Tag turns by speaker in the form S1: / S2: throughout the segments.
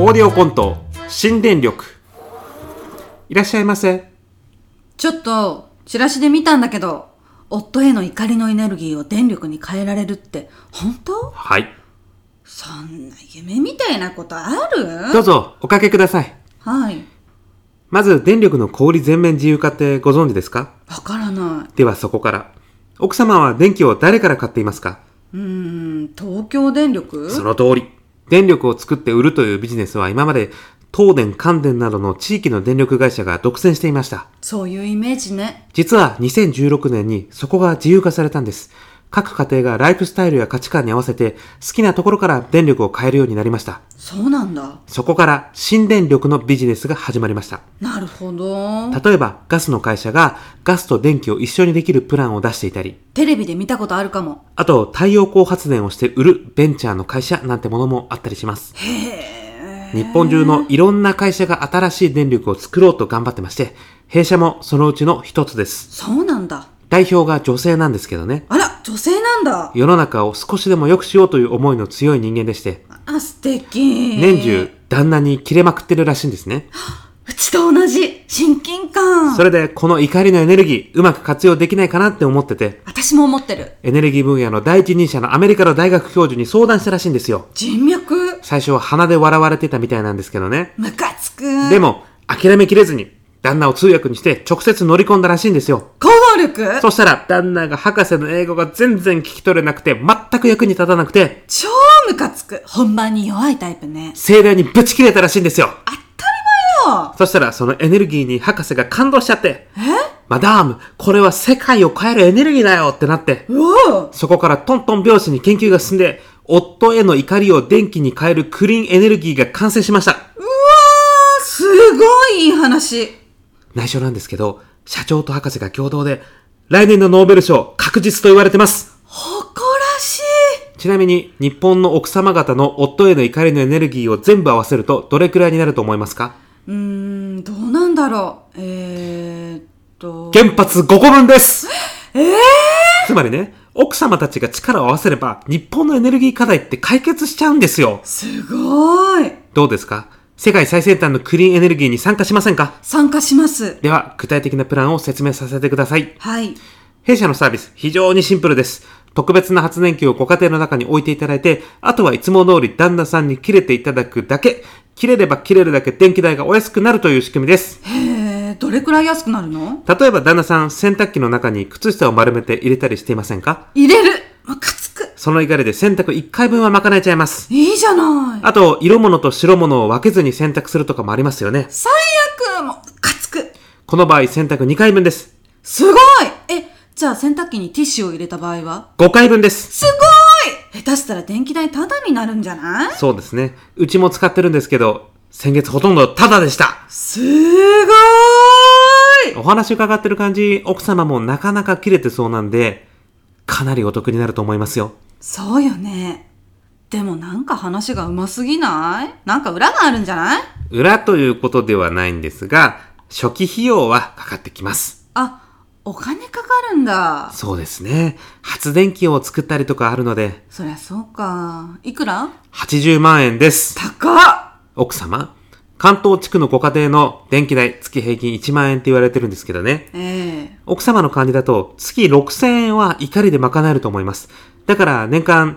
S1: オーディオコント新電力。いらっしゃいませ。
S2: ちょっとチラシで見たんだけど、夫への怒りのエネルギーを電力に変えられるって本当？
S1: はい、
S2: そんな夢みたいなことある？
S1: どうぞおかけください。
S2: はい。
S1: まず電力の小売全面自由化ってご存知ですか？
S2: わからない。
S1: ではそこから。奥様は電気を誰から買っていますか？
S2: 東京電力？
S1: その通り。電力を作って売るというビジネスは今まで東電、関電などの地域の電力会社が独占していました。
S2: そういうイメージね。
S1: 実は2016年にそこが自由化されたんです。各家庭がライフスタイルや価値観に合わせて好きなところから電力を買えるようになりました。
S2: そうなんだ。
S1: そこから新電力のビジネスが始まりました。
S2: なるほど。
S1: 例えばガスの会社がガスと電気を一緒にできるプランを出していたり、
S2: テレビで見たことあるかも。
S1: あと太陽光発電をして売るベンチャーの会社なんてものもあったりします。
S2: へー。
S1: 日本中のいろんな会社が新しい電力を作ろうと頑張ってまして、弊社もそのうちの一つです。
S2: そうなんだ。
S1: 代表が女性なんですけどね。
S2: あら、女性なんだ。
S1: 世の中を少しでも良くしようという思いの強い人間でして、
S2: あ、素敵。
S1: 年中旦那にキレまくってるらしいんですね。
S2: うちと同じ親近感。
S1: それでこの怒りのエネルギーうまく活用できないかなって思ってて、
S2: 私も思ってる。
S1: エネルギー分野の第一人者のアメリカの大学教授に相談したらしいんですよ。
S2: 人脈。
S1: 最初は鼻で笑われてたみたいなんですけどね。
S2: ムカつく。
S1: でも諦めきれずに旦那を通訳にして直接乗り込んだらしいんですよ。
S2: 行動力。
S1: そしたら旦那が博士の英語が全然聞き取れなくて全く役に立たなくて、
S2: 超ムカつく。本番に弱いタイプね。
S1: 盛大にブチ切れたらしいんですよ。
S2: 当たり前よ。
S1: そしたらそのエネルギーに博士が感動しちゃって、マダーム、これは世界を変えるエネルギーだよってなって、そこからトントン拍子に研究が進んで、夫への怒りを電気に変えるクリーンエネルギーが完成しました。
S2: うわー、すごいいい話。
S1: 内緒なんですけど、社長と博士が共同で、来年のノーベル賞確実と言われてます。
S2: 誇らしい。
S1: ちなみに、日本の奥様方の夫への怒りのエネルギーを全部合わせると、どれくらいになると思いますか？
S2: どうなんだろう。
S1: 原発5個分です。つまりね、奥様たちが力を合わせれば、日本のエネルギー課題って解決しちゃうんですよ。
S2: すごい。
S1: どうですか？世界最先端のクリーンエネルギーに参加しませんか？
S2: 参加します。
S1: では、具体的なプランを説明させてください。
S2: はい。
S1: 弊社のサービス、非常にシンプルです。特別な発電機をご家庭の中に置いていただいて、あとはいつも通り旦那さんに切れていただくだけ。切れれば切れるだけ電気代がお安くなるという仕組みです。
S2: へー、どれくらい安くなるの？
S1: 例えば旦那さん、洗濯機の中に靴下を丸めて入れたりしていませんか？
S2: 入れる。ムカつく。
S1: その怒りで洗濯1回分は賄えちゃいます。
S2: いいじゃない。
S1: あと、色物と白物を分けずに洗濯するとかもありますよね。
S2: 最悪。もうムカつく。
S1: この場合、洗濯2回分です。
S2: すごい。じゃあ洗濯機にティッシュを入れた場合は
S1: 5回分です。
S2: すごい。下手したら電気代タダになるんじゃない？
S1: そうですね。うちも使ってるんですけど、先月ほとんどタダでした。
S2: すごーい。
S1: お話伺ってる感じ、奥様もなかなか切れてそうなんで、かなりお得になると思いますよ。
S2: そうよね。でもなんか話が上手すぎない？なんか裏があるんじゃない？
S1: 裏ということではないんですが、初期費用はかかってきます。
S2: あ、お金かかるんだ。
S1: そうですね。発電機を作ったりとかあるので。
S2: そりゃそうか。いくら
S1: ？80万円です。
S2: 高っ。
S1: 奥様、関東地区のご家庭の電気代月平均1万円って言われてるんですけどね。奥様の感じだと月6000円は怒りで賄えると思います。だから年間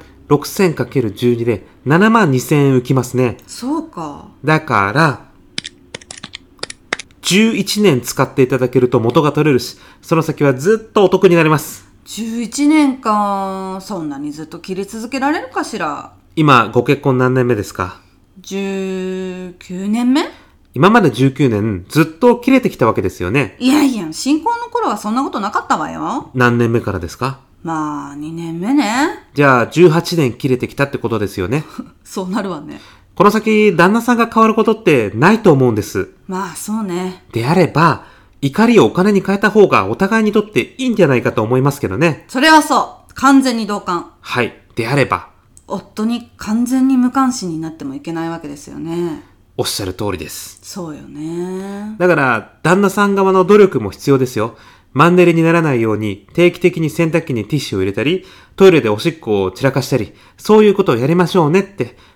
S1: 6000×12 で7万2000円浮きますね。
S2: そうか。
S1: だから11年使っていただけると元が取れるし、その先はずっとお得になります。
S2: 11年か。そんなにずっと切り続けられるかしら。
S1: 今ご結婚何年目ですか
S2: ？19年目？
S1: 今まで19年ずっと切れてきたわけですよね。
S2: いやいや、新婚の頃はそんなことなかったわよ。
S1: 何年目からですか？
S2: まあ、2年目ね。
S1: じゃあ18年切れてきたってことですよね。
S2: そうなるわね。
S1: この先旦那さんが変わることってないと思うんです。
S2: まあそうね。
S1: であれば怒りをお金に変えた方がお互いにとっていいんじゃないかと思いますけどね。
S2: それはそう。完全に同感。
S1: はい。であれば
S2: 夫に完全に無関心になってもいけないわけですよね。
S1: おっしゃる通りです。
S2: そうよね。
S1: だから旦那さん側の努力も必要ですよ。マンネリにならないように定期的に洗濯機にティッシュを入れたり、トイレでおしっこを散らかしたり、そういうことをやりましょうねって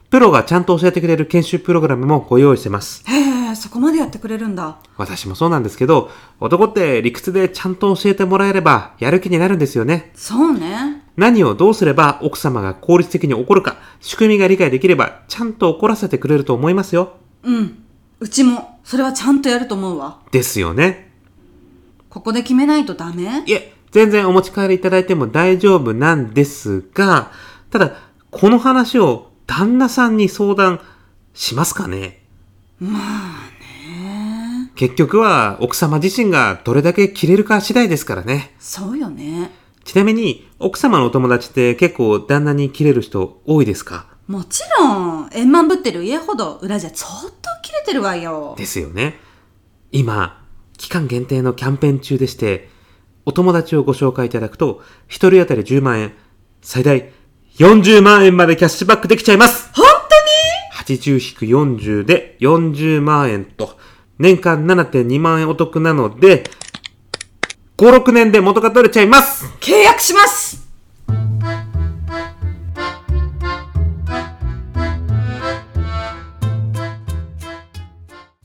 S1: プロがちゃんと教えてくれる研修プログラムもご用意してます。
S2: へえ、そこまでやってくれるんだ。
S1: 私もそうなんですけど、男って理屈でちゃんと教えてもらえればやる気になるんですよね。
S2: そうね。
S1: 何をどうすれば奥様が効率的に怒るか、仕組みが理解できればちゃんと怒らせてくれると思いますよ。
S2: うん。うちもそれはちゃんとやると思うわ。
S1: ですよね。
S2: ここで決めないとダメ？
S1: いえ、全然お持ち帰りいただいても大丈夫なんですが、ただ、この話を旦那さんに相談しますかね？
S2: まあね。
S1: 結局は奥様自身がどれだけ切れるか次第ですからね。
S2: そうよね。
S1: ちなみに、奥様のお友達って結構旦那に切れる人多いですか？
S2: もちろん、円満ぶってる家ほど裏じゃ相当切れてるわよ。
S1: ですよね。今、期間限定のキャンペーン中でして、お友達をご紹介いただくと、一人当たり10万円、最大40万円までキャッシュバックできちゃいます。
S2: 本当
S1: に !80-40 で40万円と、年間 7.2 万円お得なので、5、6年で元が取れちゃいます。
S2: 契約します。